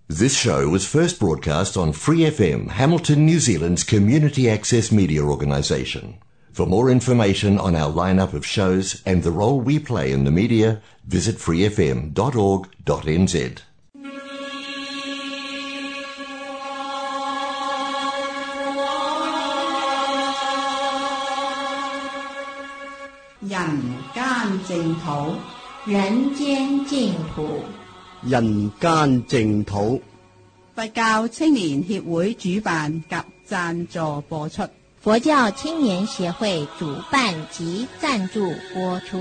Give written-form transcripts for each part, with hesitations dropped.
This show was first broadcast on Free FM, Hamilton, New Zealand's community access media organisation. For more information on our lineup of shows and the role we play in the media, visit freefm.org.nz. 人間淨土， 人間淨土， 人間淨土。 佛教青年協會主辦及贊助播出。 佛教青年協會主辦及贊助播出。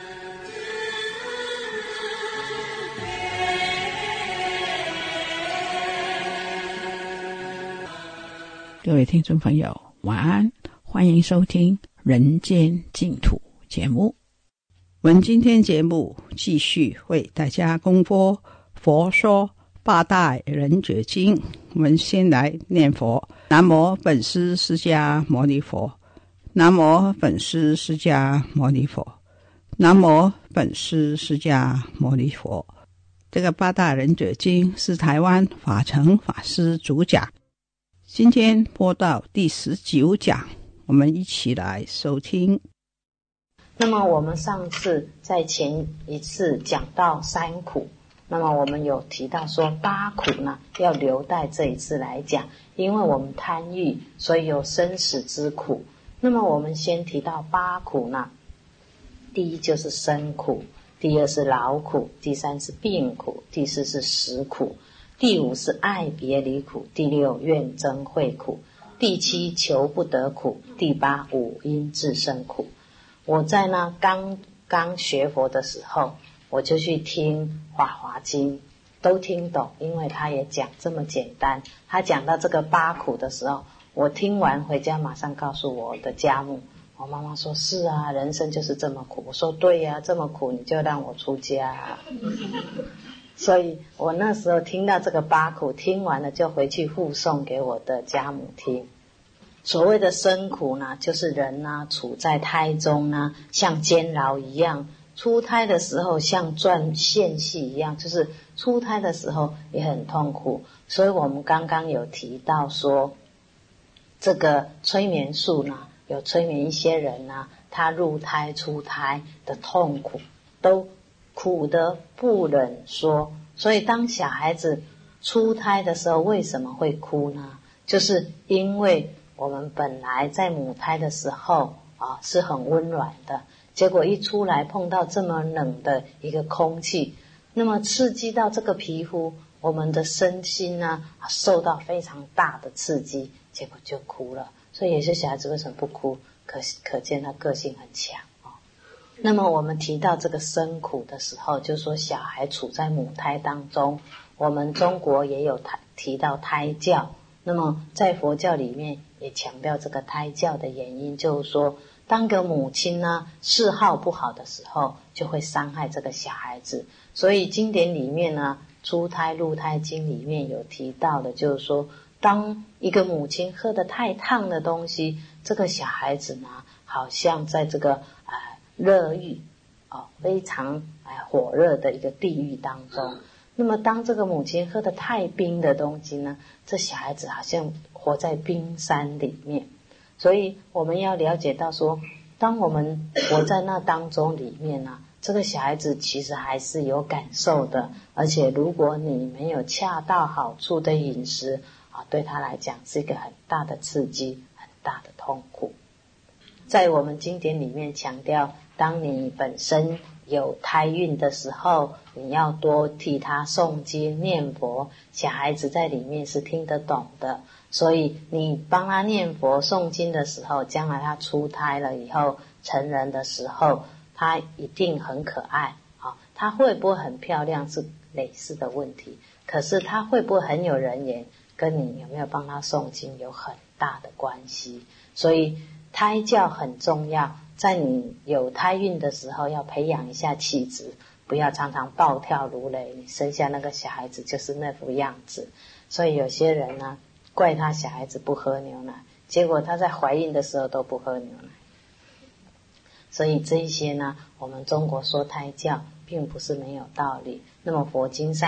各位听众朋友，晚安，欢迎收听人间净土节目。我们今天节目继续为大家公播佛说八大人觉经。我们先来念佛：南无本师释迦牟尼佛，南无本师释迦牟尼佛，南无本师释迦牟尼佛。这个八大人觉经是台湾法成法师主讲，今天播到第19讲，我们一起来收听。 那么我们上次在前一次讲到3苦，那么我们有提到说8苦呢要留待这一次来讲，因为我们贪欲，所以有生死之苦。那么我们先提到8苦呢，第一就是生苦，第二是劳苦，第三是病苦，第四是食苦，第五是爱别离苦，第六怨憎会苦，第七求不得苦，第八五阴自生苦。我在那刚学佛的时候，我就去听法华经，都听懂，因为他也讲这么简单。他讲到这个8苦的时候，我听完回家马上告诉我的家母，我妈妈说是啊，人生就是这么苦。我说对啊，这么苦你就让我出家啊。所以我那时候听到这个8苦，听完了就回去附送给我的家母听。所谓的生苦呢，就是人呢处在胎中呢，像监牢一样，出胎的时候像转线戏一样，就是出胎的时候也很痛苦。所以我们刚刚有提到说，这个催眠术呢，有催眠一些人呢，他入胎出胎的痛苦都苦得不忍说。所以当小孩子出胎的时候为什么会哭呢？就是因为我们本来在母胎的时候是很温暖的，结果一出来碰到这么冷的一个空气，那么刺激到这个皮肤，我们的身心呢受到非常大的刺激，结果就哭了。所以有些小孩子为什么不哭？可见他个性很强。那么我们提到这个生苦的时候，就是说小孩处在母胎当中，我们中国也有提到胎教。那么在佛教里面也强调这个胎教的原因，就是说当个母亲呢嗜好不好的时候，就会伤害这个小孩子。所以经典里面呢，出胎入胎经里面有提到的，就是说当一个母亲喝得太烫的东西，这个小孩子呢好像在这个热狱非常火热的一个地狱当中。那么当这个母亲喝得太冰的东西呢，这小孩子好像活在冰山里面。所以我们要了解到说，当我们活在那当中里面呢，这个小孩子其实还是有感受的。而且如果你没有恰到好处的饮食对他来讲是一个很大的刺激，很大的痛苦。在我们经典里面强调，当你本身有胎孕的时候，你要多替他诵经念佛，小孩子在里面是听得懂的。所以你帮他念佛诵经的时候，将来他出胎了以后，成人的时候，他一定很可爱。他会不会很漂亮是类似的问题，可是他会不会很有人缘，跟你有没有帮他诵经有很大的关系。所以胎教很重要，在你有胎孕的时候要培养一下气质，不要常常暴跳如雷，你生下那个小孩子就是那副样子。所以有些人呢怪他小孩子不喝牛奶，结果他在怀孕的时候都不喝牛奶。所以这一些呢，我们中国说胎教并不是没有道理。那么佛经上也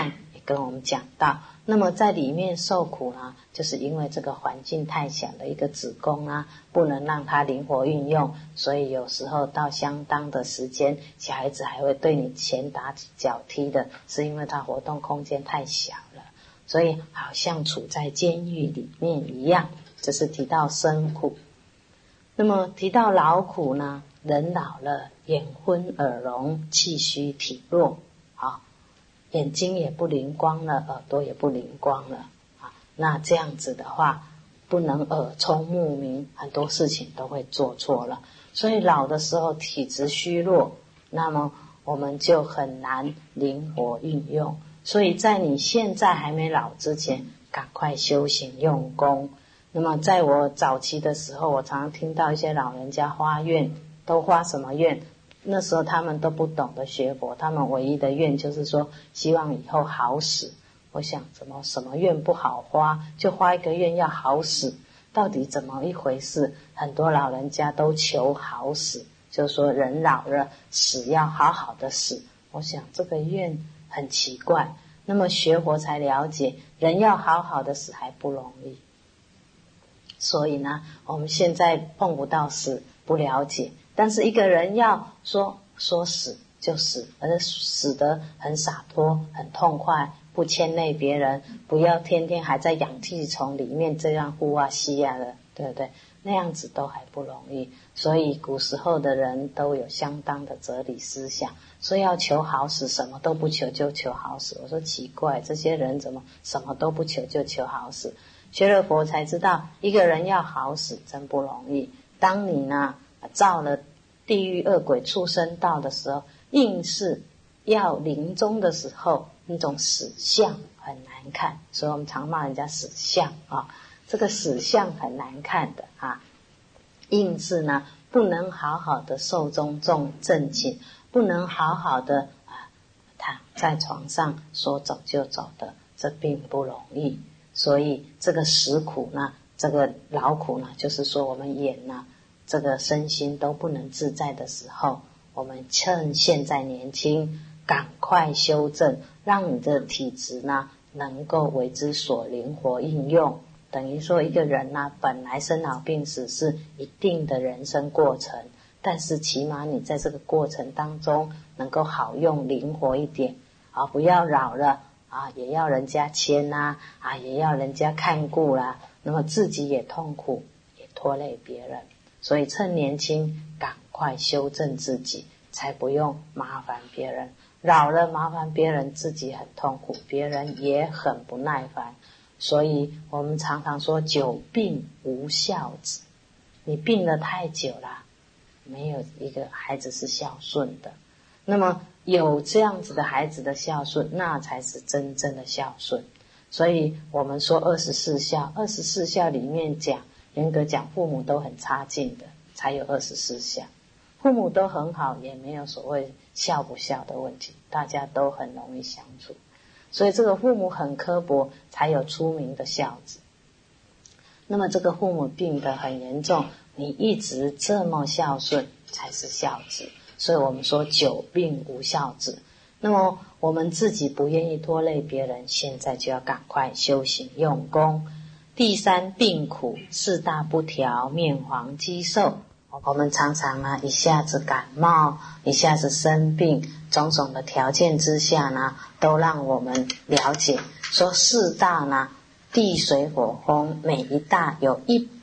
跟我们讲到。那么在里面受苦呢，就是因为这个环境太小的一个子宫啊，不能让它灵活运用，所以有时候到相当的时间，小孩子还会对你拳打脚踢的，是因为他活动空间太小了，所以好像处在监狱里面一样。这是提到生苦。那么提到劳苦呢，人老了，眼昏耳聋，气虚体弱，眼睛也不灵光了，耳朵也不灵光了那这样子的话，不能耳聪目明，很多事情都会做错了。所以老的时候体质虚弱，那么我们就很难灵活运用。所以在你现在还没老之前，赶快修行用功。那么在我早期的时候，我常常听到一些老人家发愿，都发什么愿？那时候他们都不懂得学佛，他们唯一的愿就是说希望以后好死。我想什么愿不好花，就花一个愿要好死，到底怎么一回事？很多老人家都求好死，就说人老了死要好好的死。我想这个愿很奇怪。那么学佛才了解，人要好好的死还不容易。所以呢，我们现在碰不到死，不了解。但是一个人要说死就死，而且死得很洒脱，很痛快，不牵累别人，不要天天还在氧气丛里面这样呼啊吸啊的，对不对？那样子都还不容易。所以古时候的人都有相当的哲理思想，说要求好死，什么都不求就求好死。我说奇怪，这些人怎么什么都不求就求好死？学了佛才知道，一个人要好死真不容易。当你呢造了地狱恶鬼畜生道的时候，硬是要临终的时候，那种死相很难看，所以我们常骂人家死相这个死相很难看的硬是呢不能好好的寿终正寝，不能好好的躺在床上说走就走的，这并不容易。所以这个死苦呢，这个劳苦呢，就是说我们眼呢这个身心都不能自在的时候，我们趁现在年轻，赶快修正，让你的体质呢能够为之所灵活应用。等于说一个人呢，本来生老病死是一定的人生过程，但是起码你在这个过程当中能够好用灵活一点不要老了也要人家牵也要人家看顾啦，那么自己也痛苦，也拖累别人。所以趁年轻赶快修正自己，才不用麻烦别人。老了麻烦别人，自己很痛苦，别人也很不耐烦。所以我们常常说久病无孝子，你病得太久了，没有一个孩子是孝顺的。那么有这样子的孩子的孝顺，那才是真正的孝顺。所以我们说24孝，24孝里面讲，严格讲父母都很差劲的，才有24孝。父母都很好，也没有所谓孝不孝的问题，大家都很容易相处。所以这个父母很刻薄，才有出名的孝子。那么这个父母病得很严重，你一直这么孝顺，才是孝子。所以我们说久病无孝子。那么我们自己不愿意拖累别人，现在就要赶快修行用功。第三，病苦，四大不调，面黄肌瘦。我们常常一下子感冒，一下子生病，种种的条件之下呢，都让我们了解说四大呢，地水火风，每一大有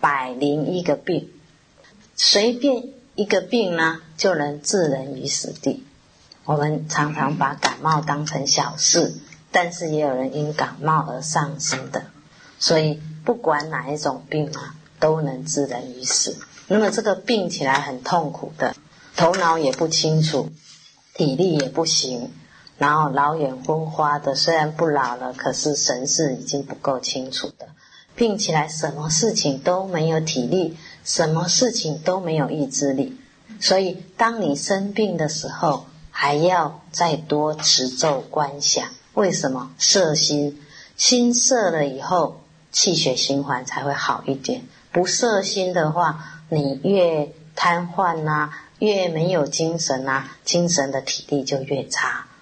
101个病，随便一个病呢，就能置人于死地。我们常常把感冒当成小事，但是也有人因感冒而丧生的。所以不管哪一种病都能置人于死。那么这个病起来很痛苦的，头脑也不清楚，体力也不行，然后老眼昏花的，虽然不老了，可是神识已经不够清楚的。病起来什么事情都没有体力，什么事情都没有意志力。所以当你生病的时候，还要再多持咒观想。为什么？摄心，心摄了以后，气血循环才会好一点。不摄心的话，你越瘫痪越没有精神精神的体力就越差。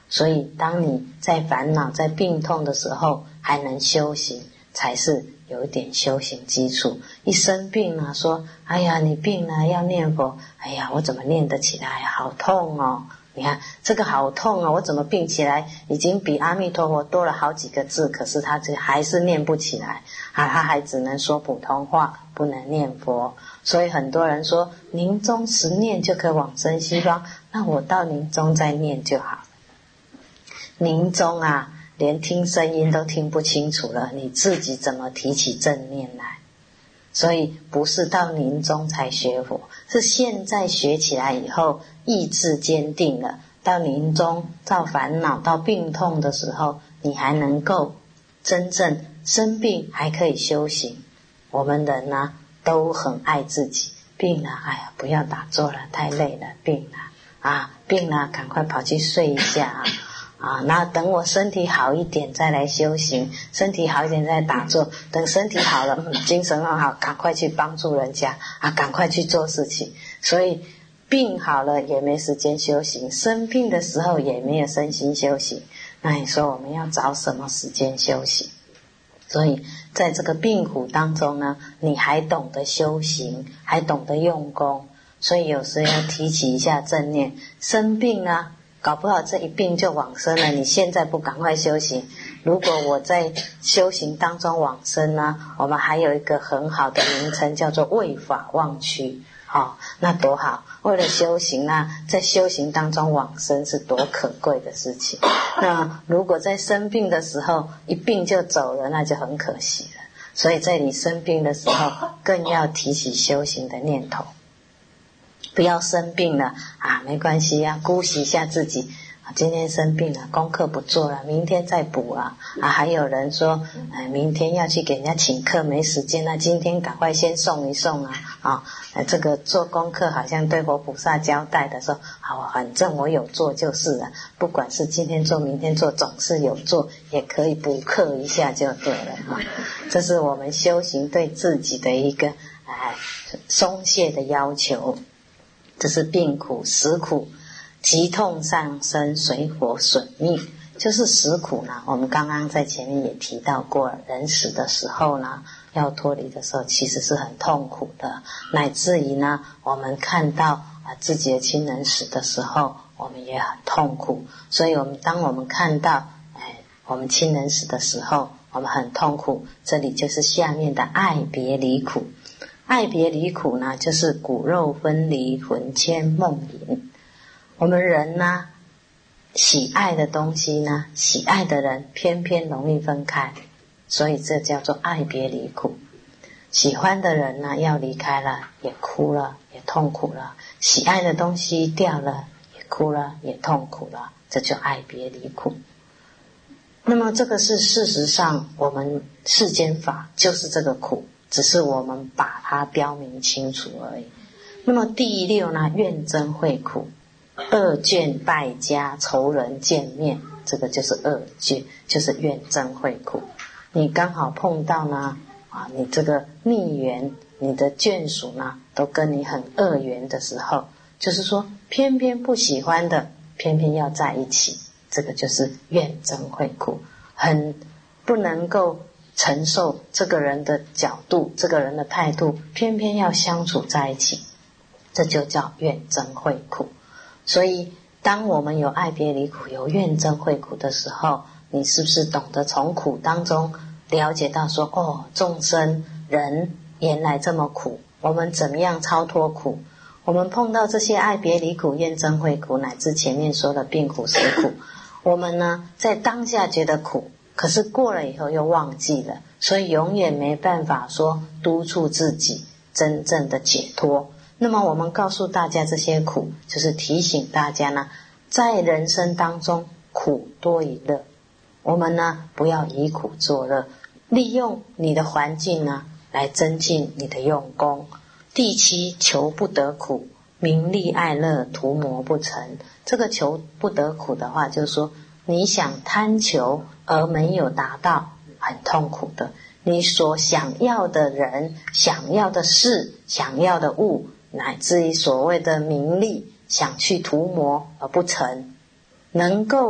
所以当你在烦恼在病痛的时候还能修行，才是有一点修行基础。一生病了，说哎呀你病了要念佛，哎呀我怎么念得起来，好痛哦，你看这个好痛哦，我怎么病起来已经比阿弥陀佛多了好几个字，可是他还是念不起来啊，他还只能说普通话，不能念佛。所以很多人说临终时念就可以往生西方，那我到临终再念就好。临终啊连听声音都听不清楚了，你自己怎么提起正念来？所以不是到临终才学佛，是现在学起来以后意志坚定了，到临终到烦恼到病痛的时候，你还能够真正生病还可以修行。我们人呢都很爱自己，病了哎呀不要打坐了，太累了，病了啊，病了赶快跑去睡一下啊，那等我身体好一点再来修行，身体好一点再打坐，等身体好了精神很好，赶快去帮助人家啊，赶快去做事情。所以病好了也没时间修行，生病的时候也没有身心修行，那你说我们要找什么时间修行？所以在这个病苦当中呢，你还懂得修行，还懂得用功，所以有时要提起一下正念。生病啊搞不好这一病就往生了，你现在不赶快修行，如果我在修行当中往生呢，我们还有一个很好的名称叫做为法忘躯那多好，为了修行啊，在修行当中往生是多可贵的事情。那如果在生病的时候一病就走了，那就很可惜了。所以在你生病的时候更要提起修行的念头，不要生病了啊，没关系啊，姑息一下自己今天生病了，功课不做了，明天再补还有人说明天要去给人家请客没时间，那今天赶快先送一送这个做功课好像对佛菩萨交代的说好，反正我有做就是了，不管是今天做明天做，总是有做，也可以补课一下就对了这是我们修行对自己的一个松懈的要求。这是病苦死苦，疾痛上身，水火损命，就是死苦呢。我们刚刚在前面也提到过，人死的时候呢，要脱离的时候其实是很痛苦的，乃至于呢我们看到自己的亲人死的时候，我们也很痛苦。所以当我们看到我们亲人死的时候，我们很痛苦，这里就是下面的爱别离苦。爱别离苦呢，就是骨肉分离，魂牵梦萦。我们人呢喜爱的东西呢，喜爱的人偏偏容易分开，所以这叫做爱别离苦。喜欢的人呢要离开了，也哭了，也痛苦了，喜爱的东西掉了，也哭了，也痛苦了，这就爱别离苦。那么这个是事实上我们世间法就是这个苦，只是我们把它标明清楚而已。那么第六呢，怨憎会苦，恶眷败家，仇人见面，这个就是恶眷，就是怨憎会苦。你刚好碰到呢你这个逆缘，你的眷属呢都跟你很恶缘的时候，就是说偏偏不喜欢的偏偏要在一起，这个就是怨憎会苦，很不能够承受这个人的角度，这个人的态度，偏偏要相处在一起，这就叫怨憎会苦。所以当我们有爱别离苦，有怨憎会苦的时候，你是不是懂得从苦当中了解到说众生人原来这么苦，我们怎么样超脱苦？我们碰到这些爱别离苦、怨憎会苦，乃至前面说的病苦死苦，我们呢在当下觉得苦，可是过了以后又忘记了，所以永远没办法说督促自己真正的解脱。那么我们告诉大家这些苦，就是提醒大家呢，在人生当中苦多于乐，我们呢不要以苦作乐，利用你的环境呢来增进你的用功。第七，求不得苦，名利爱乐，图谋不成。这个求不得苦的话，就是说你想贪求而没有达到，很痛苦的。你所想要的人、想要的事、想要的物，乃至于所谓的名利，想去图谋而不成，能够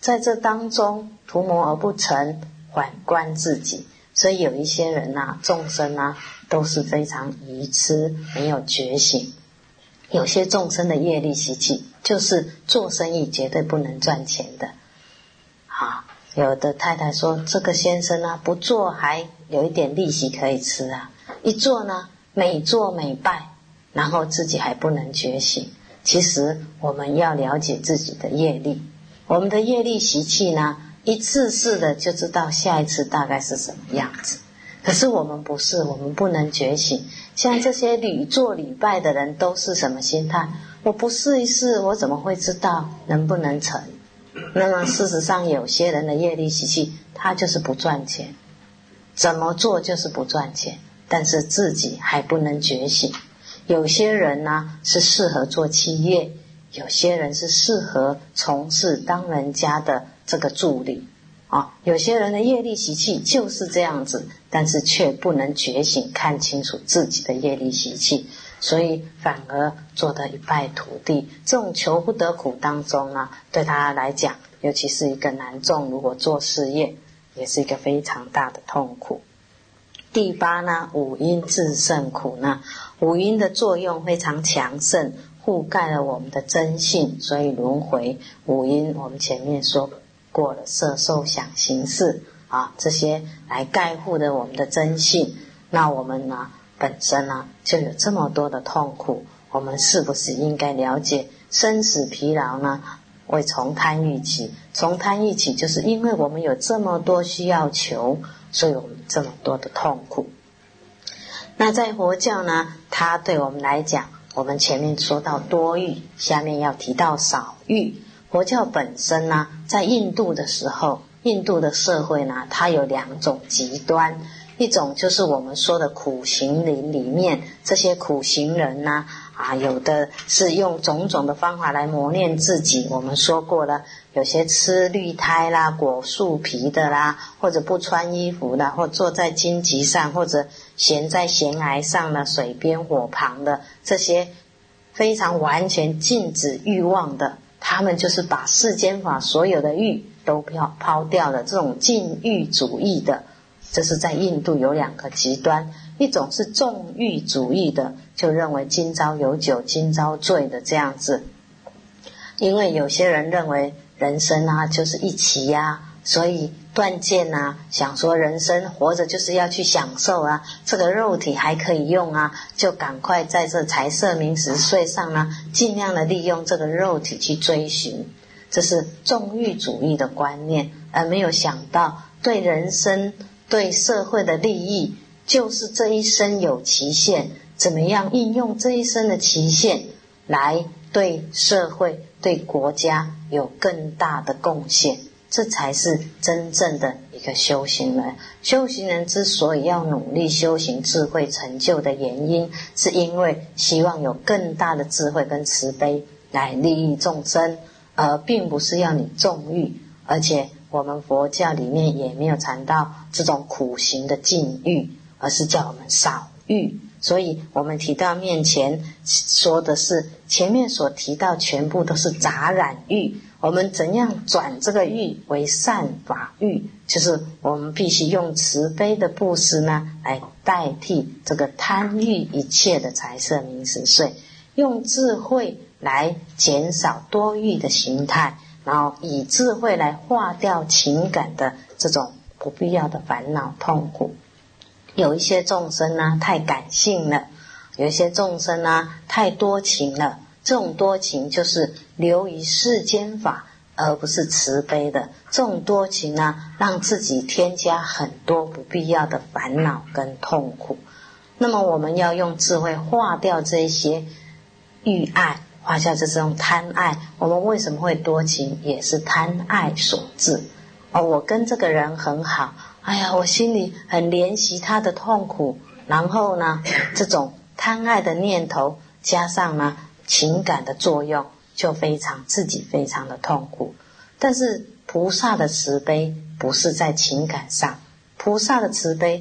在这当中图谋而不成，反观自己。所以有一些人啊，众生啊，都是非常愚痴，没有觉醒。有些众生的业力习气，就是做生意绝对不能赚钱的。有的太太说，这个先生啊，不做还有一点利息可以吃啊，一做呢，每做每败，然后自己还不能觉醒。其实我们要了解自己的业力，我们的业力习气呢，一次次的就知道下一次大概是什么样子。可是我们不是，我们不能觉醒。像这些屡做屡败的人都是什么心态？我不试一试，我怎么会知道能不能成？那么事实上有些人的业力习气，他就是不赚钱，怎么做就是不赚钱，但是自己还不能觉醒。有些人呢是适合做企业，有些人是适合从事当人家的这个助理有些人的业力习气就是这样子，但是却不能觉醒，看清楚自己的业力习气，所以反而做得一败涂地。这种求不得苦当中呢，对他来讲，尤其是一个男众，如果做事业，也是一个非常大的痛苦。第八呢，五阴自胜苦呢，五阴的作用非常强盛，覆盖了我们的真性，所以轮回五阴，我们前面说过了，色受想行识这些来盖护的我们的真性。那我们呢本身呢就有这么多的痛苦，我们是不是应该了解生死疲劳呢？为从贪欲起，从贪欲起就是因为我们有这么多需要求，所以我们这么多的痛苦。那在佛教呢，它对我们来讲，我们前面说到多欲，下面要提到少欲。佛教本身呢，在印度的时候，印度的社会呢，它有两种极端，一种就是我们说的苦行林里面，这些苦行人呢有的是用种种的方法来磨练自己，我们说过了，有些吃绿苔啦，果树皮的啦，或者不穿衣服啦，或坐在荆棘上，或者悬在悬崖上的水边火旁的，这些非常完全禁止欲望的，他们就是把世间法所有的欲都抛掉了，这种禁欲主义的。这是在印度有两个极端，一种是重欲主义的，就认为今朝有酒今朝醉的这样子。因为有些人认为人生就是一期所以断见想说人生活着就是要去享受这个肉体还可以用就赶快在这财色名食睡上尽量的利用这个肉体去追寻。这是重欲主义的观念，而没有想到对人生对社会的利益，就是这一生有期限，怎么样应用这一生的期限来对社会对国家有更大的贡献，这才是真正的一个修行人。修行人之所以要努力修行智慧成就的原因，是因为希望有更大的智慧跟慈悲来利益众生，而并不是要你纵欲。而且我们佛教里面也没有谈到这种苦行的禁欲，而是叫我们少欲。所以我们提到面前说的是前面所提到全部都是杂染欲，我们怎样转这个欲为善法欲，就是我们必须用慈悲的布施呢来代替这个贪欲一切的财色名食睡，用智慧来减少多欲的形态，然后以智慧来化掉情感的这种不必要的烦恼痛苦。有一些众生呢太感性了，有一些众生呢太多情了，这种多情就是流于世间法而不是慈悲的，这种多情呢让自己添加很多不必要的烦恼跟痛苦。那么我们要用智慧化掉这些欲爱，化掉这种贪爱。我们为什么会多情，也是贪爱所致。我跟这个人很好，我心里很怜惜他的痛苦，然后呢这种贪爱的念头加上呢情感的作用，就自己非常的痛苦。但是菩萨的慈悲不是在情感上，菩萨的慈悲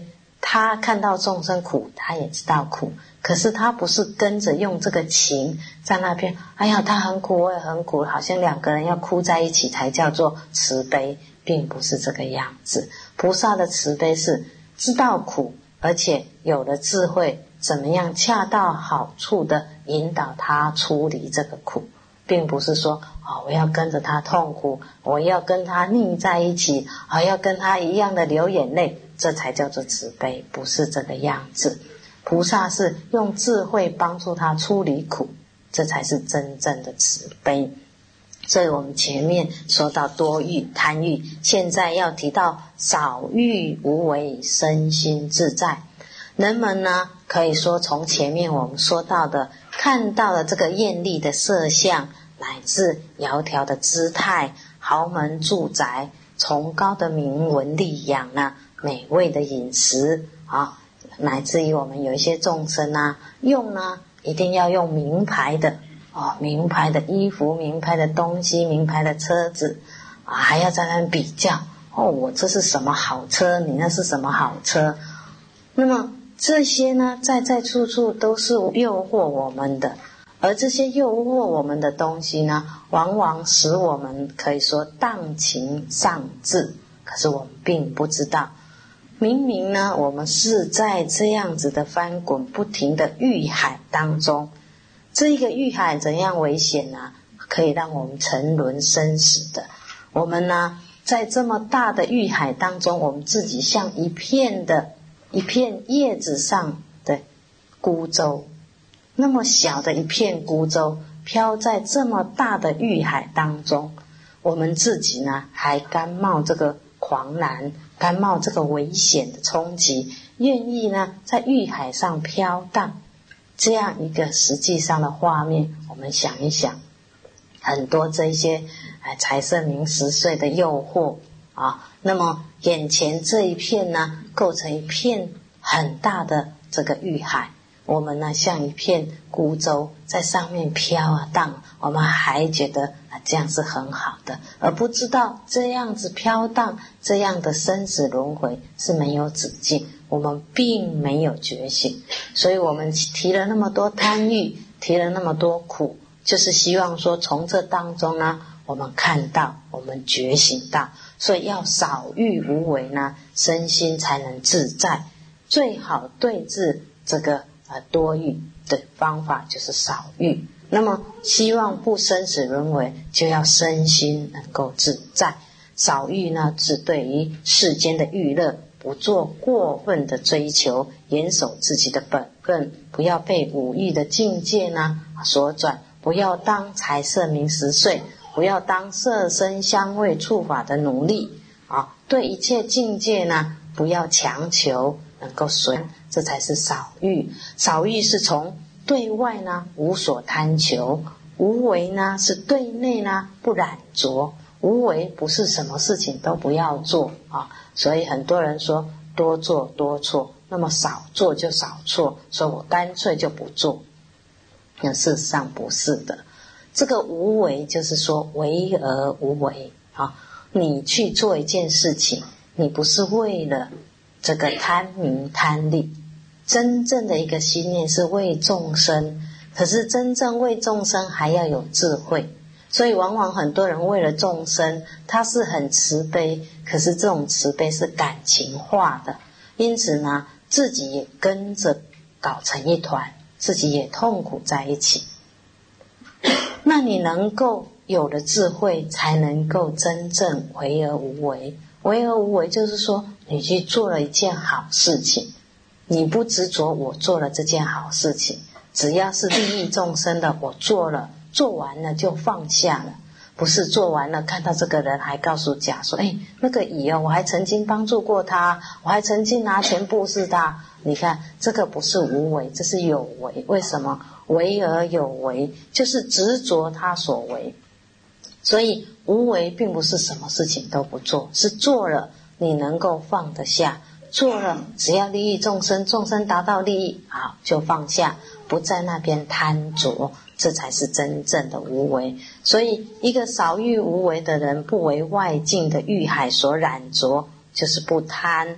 他看到众生苦，他也知道苦，可是他不是跟着用这个情在那边，哎呀他很苦我也很苦，好像两个人要哭在一起才叫做慈悲，并不是这个样子。菩萨的慈悲是知道苦，而且有了智慧，怎么样恰到好处的引导他出离这个苦，并不是说我要跟着他痛苦，我要跟他腻在一起，要跟他一样的流眼泪，这才叫做慈悲，不是这个样子。菩萨是用智慧帮助他出离苦，这才是真正的慈悲。所以我们前面说到多欲贪欲，现在要提到少欲无为，身心自在。人们呢，可以说从前面我们说到的，看到了这个艳丽的色相，乃至窈窕的姿态，豪门住宅，崇高的名闻利养呢，美味的饮食乃至于我们有一些众生用呢一定要用名牌的名牌的衣服，名牌的东西，名牌的车子还要在那边比较我这是什么好车，你那是什么好车。那么这些呢，在处处都是诱惑我们的，而这些诱惑我们的东西呢，往往使我们可以说荡情丧志，可是我们并不知道，明明呢我们是在这样子的翻滚不停的欲海当中。这个欲海怎样危险呢？可以让我们沉沦生死的。我们呢在这么大的欲海当中，我们自己像一片叶子上的孤舟，那么小的一片孤舟飘在这么大的欲海当中，我们自己呢还甘冒这个狂澜，甘冒这个危险的冲击，愿意呢在欲海上飘荡。这样一个实际上的画面，我们想一想，很多这些财色名食睡的诱惑那么眼前这一片呢，构成一片很大的这个欲海，我们呢像一片孤舟在上面飘荡，我们还觉得这样是很好的，而不知道这样子飘荡，这样的生死轮回是没有止境，我们并没有觉醒。所以我们提了那么多贪欲，提了那么多苦，就是希望说从这当中呢，我们看到，我们觉醒到，所以要少欲无为呢，身心才能自在。最好对治这个多欲的方法就是少欲。那么希望不生死轮回，就要身心能够自在。少欲呢，只对于世间的娱乐，不做过分的追求，严守自己的本分，不要被五欲的境界呢所转，不要当财色名食睡，不要当色声香味触法的奴隶对一切境界呢不要强求，能够随，这才是少欲。少欲是从对外呢无所贪求，无为呢是对内呢不染着。无为不是什么事情都不要做所以很多人说多做多错，那么少做就少错，所以我干脆就不做。那事实上不是的，这个无为就是说为而无为你去做一件事情，你不是为了这个贪名贪利，真正的一个心念是为众生，可是真正为众生还要有智慧。所以往往很多人为了众生，他是很慈悲，可是这种慈悲是感情化的，因此呢自己也跟着搞成一团，自己也痛苦在一起。那你能够有了智慧，才能够真正为而无为。为而无为就是说，你去做了一件好事情，你不执着我做了这件好事情，只要是利益众生的，我做了，做完了就放下了。不是做完了看到这个人还告诉甲说那个乙我还曾经帮助过他，我还曾经拿钱布施他。你看这个不是无为，这是有为。为什么？为而有为，就是执着他所为。所以无为并不是什么事情都不做，是做了你能够放得下，做了只要利益众生，众生达到利益好就放下，不在那边贪着，这才是真正的无为。所以一个少欲无为的人，不为外境的欲海所染着，就是不贪，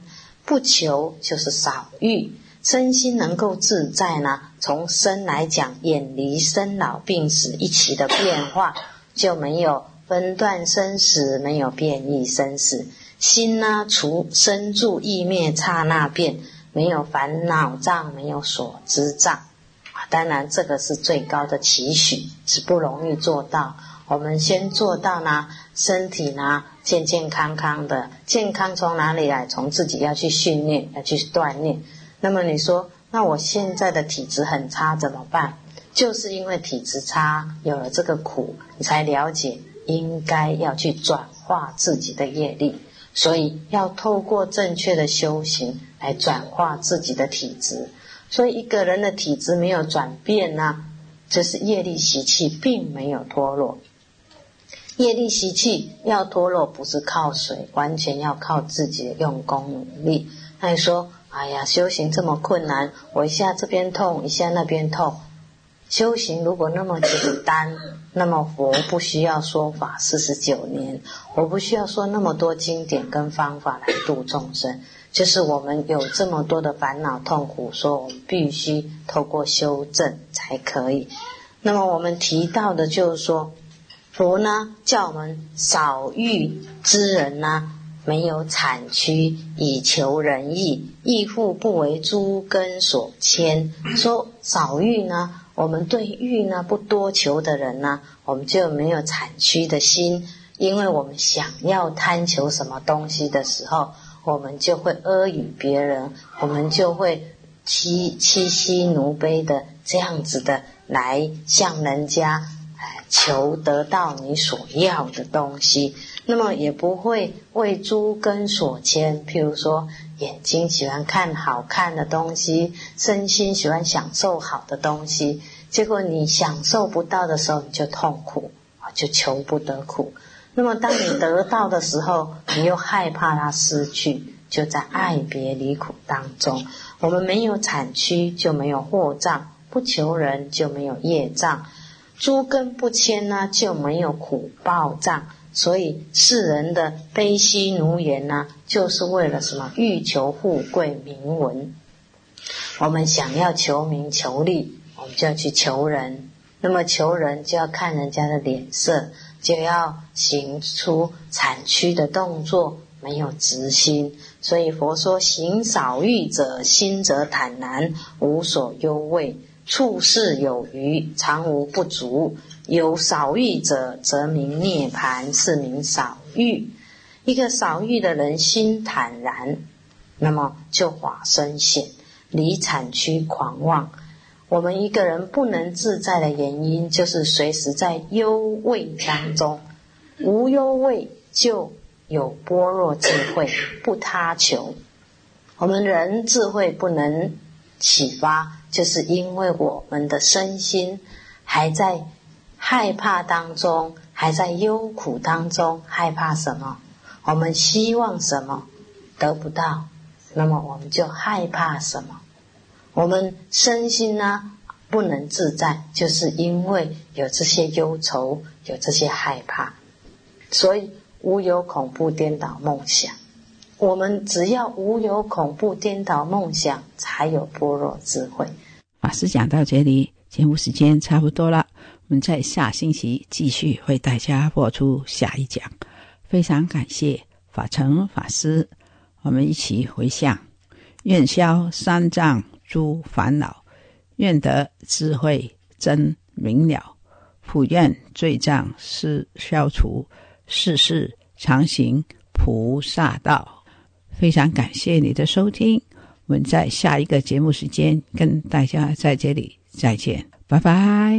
不求就是少欲，身心能够自在呢，从生来讲，远离生老病死一起的变化，就没有分段生死，没有变异生死。心呢，除生住意灭刹那变，没有烦恼障，没有所知障。当然这个是最高的期许，是不容易做到。我们先做到呢，身体呢健健康康的。健康从哪里来？从自己要去训练，要去锻炼。那么你说，那我现在的体质很差怎么办？就是因为体质差，有了这个苦，你才了解应该要去转化自己的业力。所以要透过正确的修行来转化自己的体质。所以一个人的体质没有转变呢，就是业力习气并没有脱落。业力习气要脱落，不是靠水，完全要靠自己的用功努力。那你说，哎呀，修行这么困难，我一下这边痛，一下那边痛。修行如果那么简单，那么佛不需要说法49年，我不需要说那么多经典跟方法来度众生。就是我们有这么多的烦恼痛苦，说我们必须透过修正才可以。那么我们提到的就是说，佛呢叫我们少欲之人呢，没有产区，以求仁义，亦复不为诸根所牵。说少欲呢，我们对欲呢不多求的人呢，我们就没有产区的心。因为我们想要贪求什么东西的时候，我们就会阿谀别人，我们就会欺欺奴卑的这样子的来向人家求得到你所要的东西。那么也不会为诸根所牵，譬如说眼睛喜欢看好看的东西，身心喜欢享受好的东西，结果你享受不到的时候，你就痛苦，就求不得苦。那么当你得到的时候，你又害怕它失去，就在爱别离苦当中。我们没有产区，就没有惑障，不求人就没有业障，诸根不牵呢，就没有苦报障。所以世人的悲喜奴颜呢，就是为了什么？欲求富贵名闻。我们想要求名求利，我们就要去求人。那么求人就要看人家的脸色，就要行出产区的动作，没有直心。所以佛说，行少欲者，心则坦然，无所忧畏，处事有余，常无不足。有少欲者，则名涅槃，是名少欲。一个少欲的人心坦然，那么就法身显，离产区狂妄。我们一个人不能自在的原因，就是随时在忧畏当中。无忧畏就有般若智慧，不他求。我们人智慧不能启发，就是因为我们的身心还在害怕当中，还在忧苦当中。害怕什么？我们希望什么得不到，那么我们就害怕什么。我们身心呢不能自在，就是因为有这些忧愁，有这些害怕。所以无有恐怖颠倒梦想，我们只要无有恐怖颠倒梦想，才有般若智慧。 法师讲到这里，节目时间差不多了，我们在下星期继续为大家播出下一讲。非常感谢法成法师，我们一起回向，愿消三障诸烦恼，愿得智慧真明了，普愿罪障悉消除，世世常行菩萨道。非常感谢你的收听，我们在下一个节目时间跟大家在这里再见，拜拜。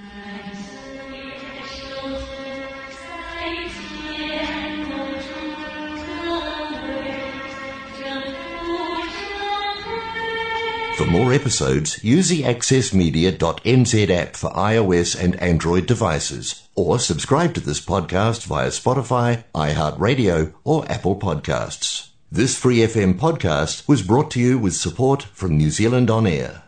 For more episodes, use the accessmedia.nz app for iOS and Android devices, or subscribe to this podcast via Spotify, iHeartRadio, or Apple Podcasts. This Free FM podcast was brought to you with support from New Zealand On Air.